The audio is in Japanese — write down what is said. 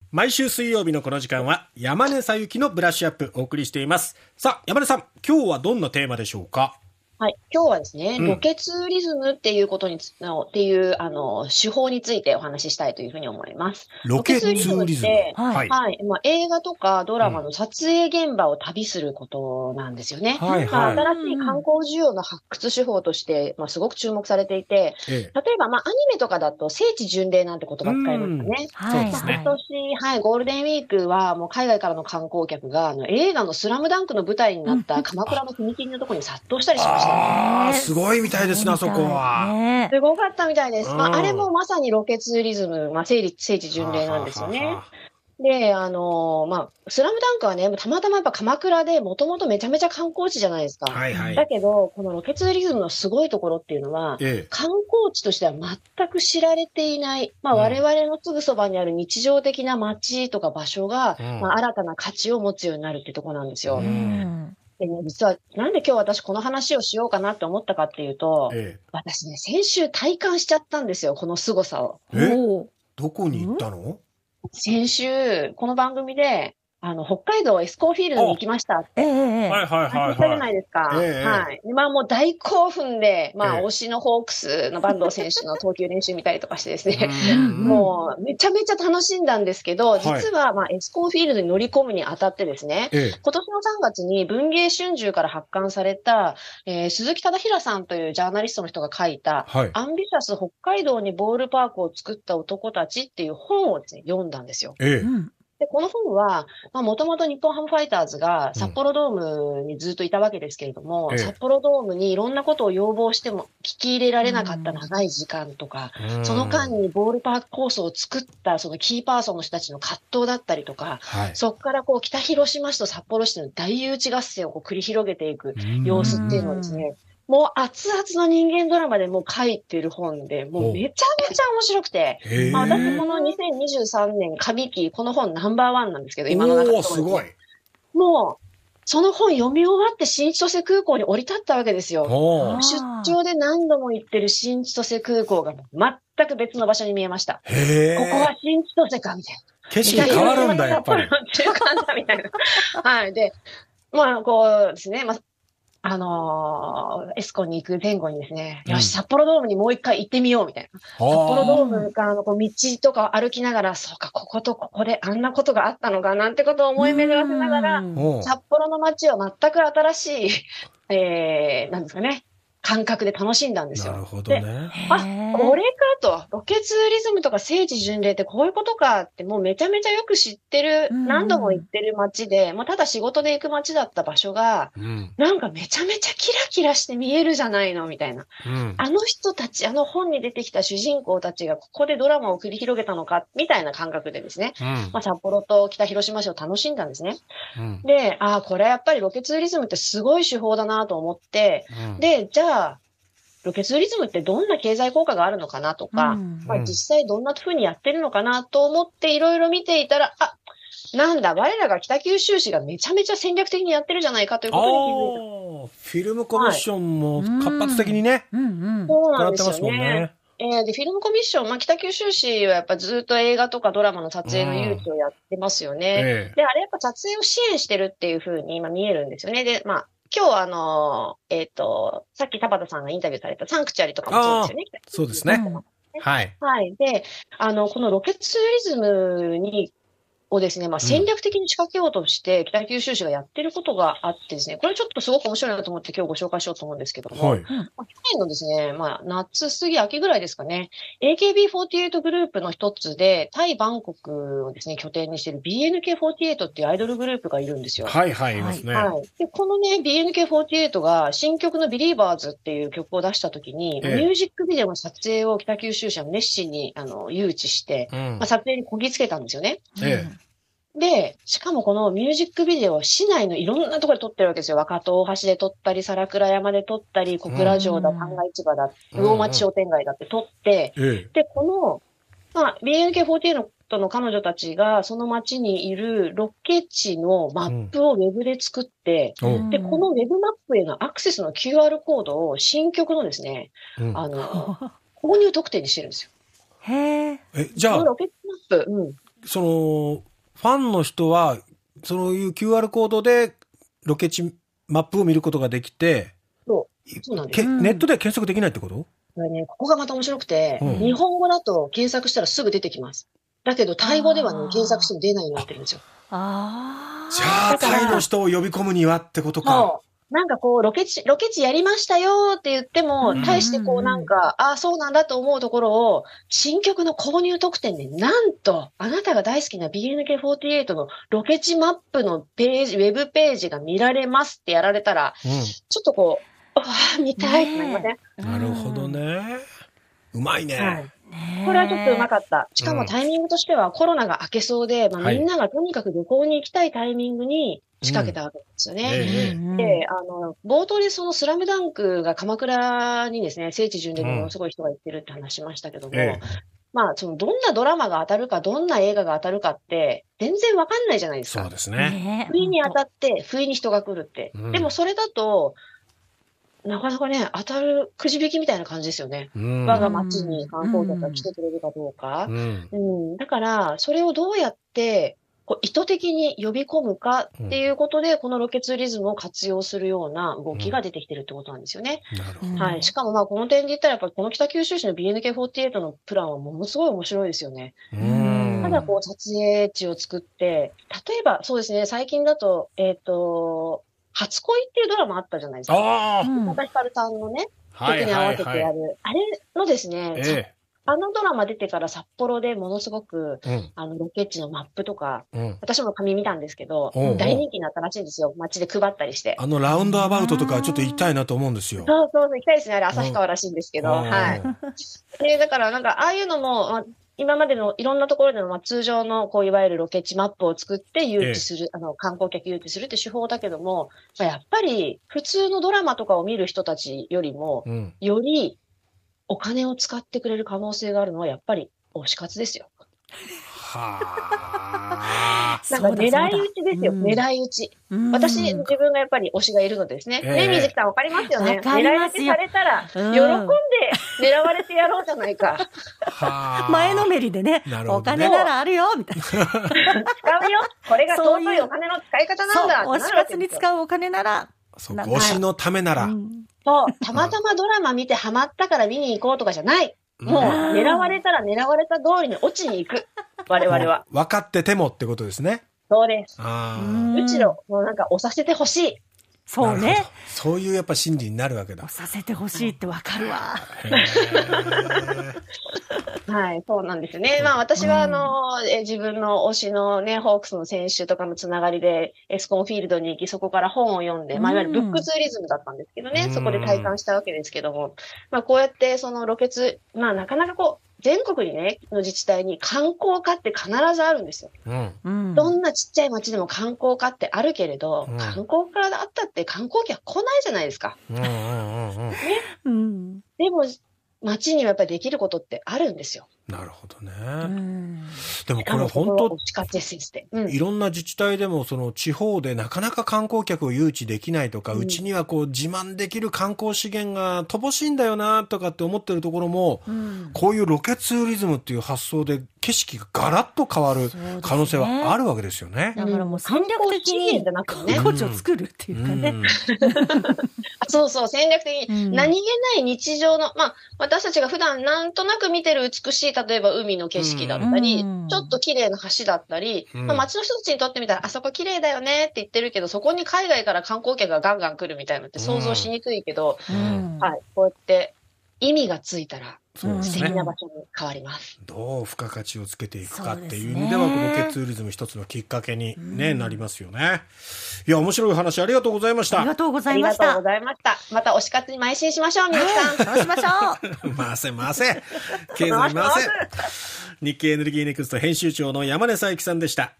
毎週水曜日のこの時間は山根さゆきのブラッシュアップお送りしています。さあ山根さん、今日はどんなテーマでしょうか？ はい。今日はですね、ロケツーリズムっていうことにっていう、手法についてお話ししたいというふうに思います。 ロケツーリズムって、 はい。映画とかドラマの撮影現場を旅することなんですよね。新しい観光需要の発掘手法として、すごく注目されていて、例えば、アニメとかだと聖地巡礼なんて言葉使いますかね。 そうですね。 今年、ゴールデンウィークはもう海外からの観光客が、映画のスラムダンクの舞台になった鎌倉の踏切のところに殺到したりしました。 すごいみたいですね、あそこは。 すごかったみたいです。あれもまさにロケツーリズム、聖地巡礼なんですよね。で、スラムダンクはね、たまたまやっぱ鎌倉でもともとめちゃめちゃ観光地じゃないですか。だけど、このロケツーリズムのすごいところっていうのは、観光地としては全く知られていない、我々のすぐそばにある日常的な街とか場所が、新たな価値を持つようになるっていうところなんですよ。でね、実は、なんで今日私この話をしようかなって思ったかっていうと、私ね、先週体感しちゃったんですよ、この凄さを。 どこに行ったの？ 先週、この番組で、北海道エスコンフィールドに行きましたって。言ったじゃないですか。はい。もう大興奮で、推しのホークスの坂東選手の投球練習見たりとかしてですね、もうめちゃめちゃ楽しんだんですけど、実はエスコンフィールドに乗り込むにあたってですね、今年の3月に文藝春秋から発刊された、鈴木忠平さんというジャーナリストの人が書いた、アンビシャス北海道にボールパークを作った男たちっていう本をですね、読んだんですよ。で、この本は、もともと日本ハムファイターズが札幌ドームにずっといたわけですけれども、札幌ドームにいろんなことを要望しても聞き入れられなかった長い時間とか、その間にボールパークコースを作ったそのキーパーソンの人たちの葛藤だったりとか、そこから北広島市と札幌市の大誘致合戦を繰り広げていく様子っていうのをですね、もう熱々の人間ドラマでもう書いてる本で、もうめちゃめちゃ面白くて、私この2023年上期、この本ナンバーワンなんですけど、今の中で。 すごい。 もう、その本読み終わって新千歳空港に降り立ったわけですよ。出張で何度も行ってる新千歳空港が全く別の場所に見えました。ここは新千歳か、みたいな。 景色変わるんだ、やっぱり。 中間だ、みたいな。はい。で、こうですね、エスコンに行く前後にですね、よし、札幌ドームにもう一回行ってみようみたいな。札幌ドームからの道とか歩きながら、そうか、こことここであんなことがあったのかなんてことを思い巡らせながら、札幌の街を全く新しい、なんですかね、感覚で楽しんだんですよ。 なるほどね。 これかと、ロケツーリズムとか聖地巡礼ってこういうことかってもうめちゃめちゃよく知ってる、何度も行ってる街で、ただ仕事で行く街だった場所が、なんかめちゃめちゃキラキラして見えるじゃないのみたいな。あの人たち、あの本に出てきた主人公たちがここでドラマを繰り広げたのか、みたいな感覚でですね、札幌と北広島市を楽しんだんですね。で、これやっぱりロケツーリズムってすごい手法だなと思って、で、じゃあ、ロケツーリズムってどんな経済効果があるのかなとか、実際どんな風にやってるのかなと思っていろいろ見ていたら、なんだ、我らが北九州市がめちゃめちゃ戦略的にやってるじゃないかということに気づいた。 フィルムコミッションも活発的にね、 そうなんですよね。で、フィルムコミッション、北九州市はやっぱずっと映画とかドラマの撮影の誘致をやってますよね。で、あれやっぱ撮影を支援してるっていう風に今見えるんですよね。で、今日さっき田畑さんがインタビューされたサンクチュアリとかもそうですよね。 そうですね。はい。 はい。で、このロケツーリズムをですね、戦略的に仕掛けようとして、北九州市がやってることがあってですね、これちょっとすごく面白いなと思って今日ご紹介しようと思うんですけども、去年のですね、夏過ぎ秋ぐらいですかね、AKB48 グループの一つで、タイ・バンコクをですね、拠点にしている BNK48 っていうアイドルグループがいるんですよ。 いますね。 で、このね、BNK48 が新曲の Believers っていう曲を出したときに、ミュージックビデオの撮影を北九州市は熱心に誘致して、撮影にこぎつけたんですよね。で、しかもこのミュージックビデオは市内のいろんなところで撮ってるわけですよ。若戸大橋で撮ったり、皿倉山で撮ったり、小倉城だ、旦過市場だ、魚町商店街だって撮って、で、この、BNK48 の彼女たちがその街にいるロケ地のマップをウェブで作って、で、このウェブマップへのアクセスの QR コードを新曲のですね、購入特典にしてるんですよ。 じゃあ、 ロケットマップ、 その、ファンの人は、そういう QR コードでロケ地マップを見ることができて、 そうなんです。 ネットで検索できないってこと？ これね、ここがまた面白くて、日本語だと検索したらすぐ出てきます。だけど、タイ語ではね、検索しても出ないようになってるんですよ。 じゃあ、タイの人を呼び込むにはってことか。 そう。なんかこう、ロケ地やりましたよって言っても、対してこうなんか、そうなんだと思うところを、新曲の購入特典で、なんと、あなたが大好きな BNK48 のロケ地マップのページ、ウェブページが見られますってやられたら、ちょっとこう、見たいってなりません？ なるほどね。うまいね。 はい。これはちょっとうまかった。しかもタイミングとしてはコロナが明けそうで、みんながとにかく旅行に行きたいタイミングに仕掛けたわけですよね。で、冒頭でそのスラムダンクが鎌倉にですね、聖地巡礼でものすごい人が行ってるって話しましたけども、そのどんなドラマが当たるか、どんな映画が当たるかって、全然わかんないじゃないですか。 そうですね。 不意に当たって、不意に人が来るって。でもそれだと、なかなかね、当たるくじ引きみたいな感じですよね。我が町に観光客が来てくれるかどうか。だから、それをどうやって、意図的に呼び込むかっていうことで、このロケツーリズムを活用するような動きが出てきてるってことなんですよね。はい。しかもこの点で言ったら、やっぱりこの北九州市の BNK48 のプランはものすごい面白いですよね。ただ撮影地を作って、例えばそうですね、最近だと、初恋っていうドラマあったじゃないですか。宇多田ヒカルさんのね、曲に合わせてやる。あれのですね、あのドラマ出てから札幌でものすごく、ロケ地のマップとか、私も紙見たんですけど、大人気になったらしいんですよ。街で配ったりして。 ラウンドアバウトとかちょっと行きたいなと思うんですよ。 そう、行きたいですね。あれ、旭川らしいんですけど、はい。だからなんか、ああいうのも、今までのいろんなところでの、通常の、いわゆるロケ地マップを作って誘致する、観光客誘致するって手法だけども、やっぱり、普通のドラマとかを見る人たちよりも、よりお金を使ってくれる可能性があるのは、やっぱり推し活ですよ。なんか狙い撃ちですよ、狙い撃ち。私、自分がやっぱり推しがいるのでですね。水木さんわかりますよね。狙い撃ちされたら、喜んで狙われてやろうじゃないか。 前のめりでね、お金ならあるよ、みたいな。 使うよ。これが尊いお金の使い方なんだ。 推し活に使うお金なら。 推しのためなら。 そう、たまたまドラマ見てハマったから見に行こうとかじゃない。もう、狙われたら狙われた通りに落ちに行く。我々は。 分かっててもってことですね。 そうです。むしろ、もうなんか押させてほしい。 そうね。 そういうやっぱ心理になるわけだ。 押させてほしいってわかるわ。 はい、そうなんですよね。私は自分の推しのね、ホークスの選手とかのつながりで、エスコンフィールドに行き、そこから本を読んで、いわゆるブックツーリズムだったんですけどね、そこで体感したわけですけども、こうやってそのロケツ、なかなか全国にね、の自治体に観光課って必ずあるんですよ。どんなちっちゃい町でも観光課ってあるけれど、観光課だったって観光客来ないじゃないですか。でも、町にはやっぱりできることってあるんですよ。 なるほどね。でもこれ本当、いろんな自治体でもその地方でなかなか観光客を誘致できないとか、うちには自慢できる観光資源が乏しいんだよなとかって思ってるところも、こういうロケツーリズムっていう発想で景色がガラッと変わる可能性はあるわけですよね。 だからもう戦略的に観光地を作るっていうかね。 そうそう、戦略的に何気ない日常の、私たちが普段なんとなく見てる美しい、例えば海の景色だったり、ちょっと綺麗な橋だったり、街の人たちにとってみたら、あそこ綺麗だよねって言ってるけど、そこに海外から観光客がガンガン来るみたいなのって想像しにくいけど、はい、こうやって意味がついたら、素敵な場所に変わります。 どう付加価値をつけていくかっていう意味では、このロケツーリズム一つのきっかけに、なりますよね。いや、面白い話ありがとうございました。 ありがとうございました。 ありがとうございました。また推し活に邁進しましょう、皆さん。 そうしましょう。回せ。経済回せ。日経エネルギーネクスト編集長の山根佐伯さんでした。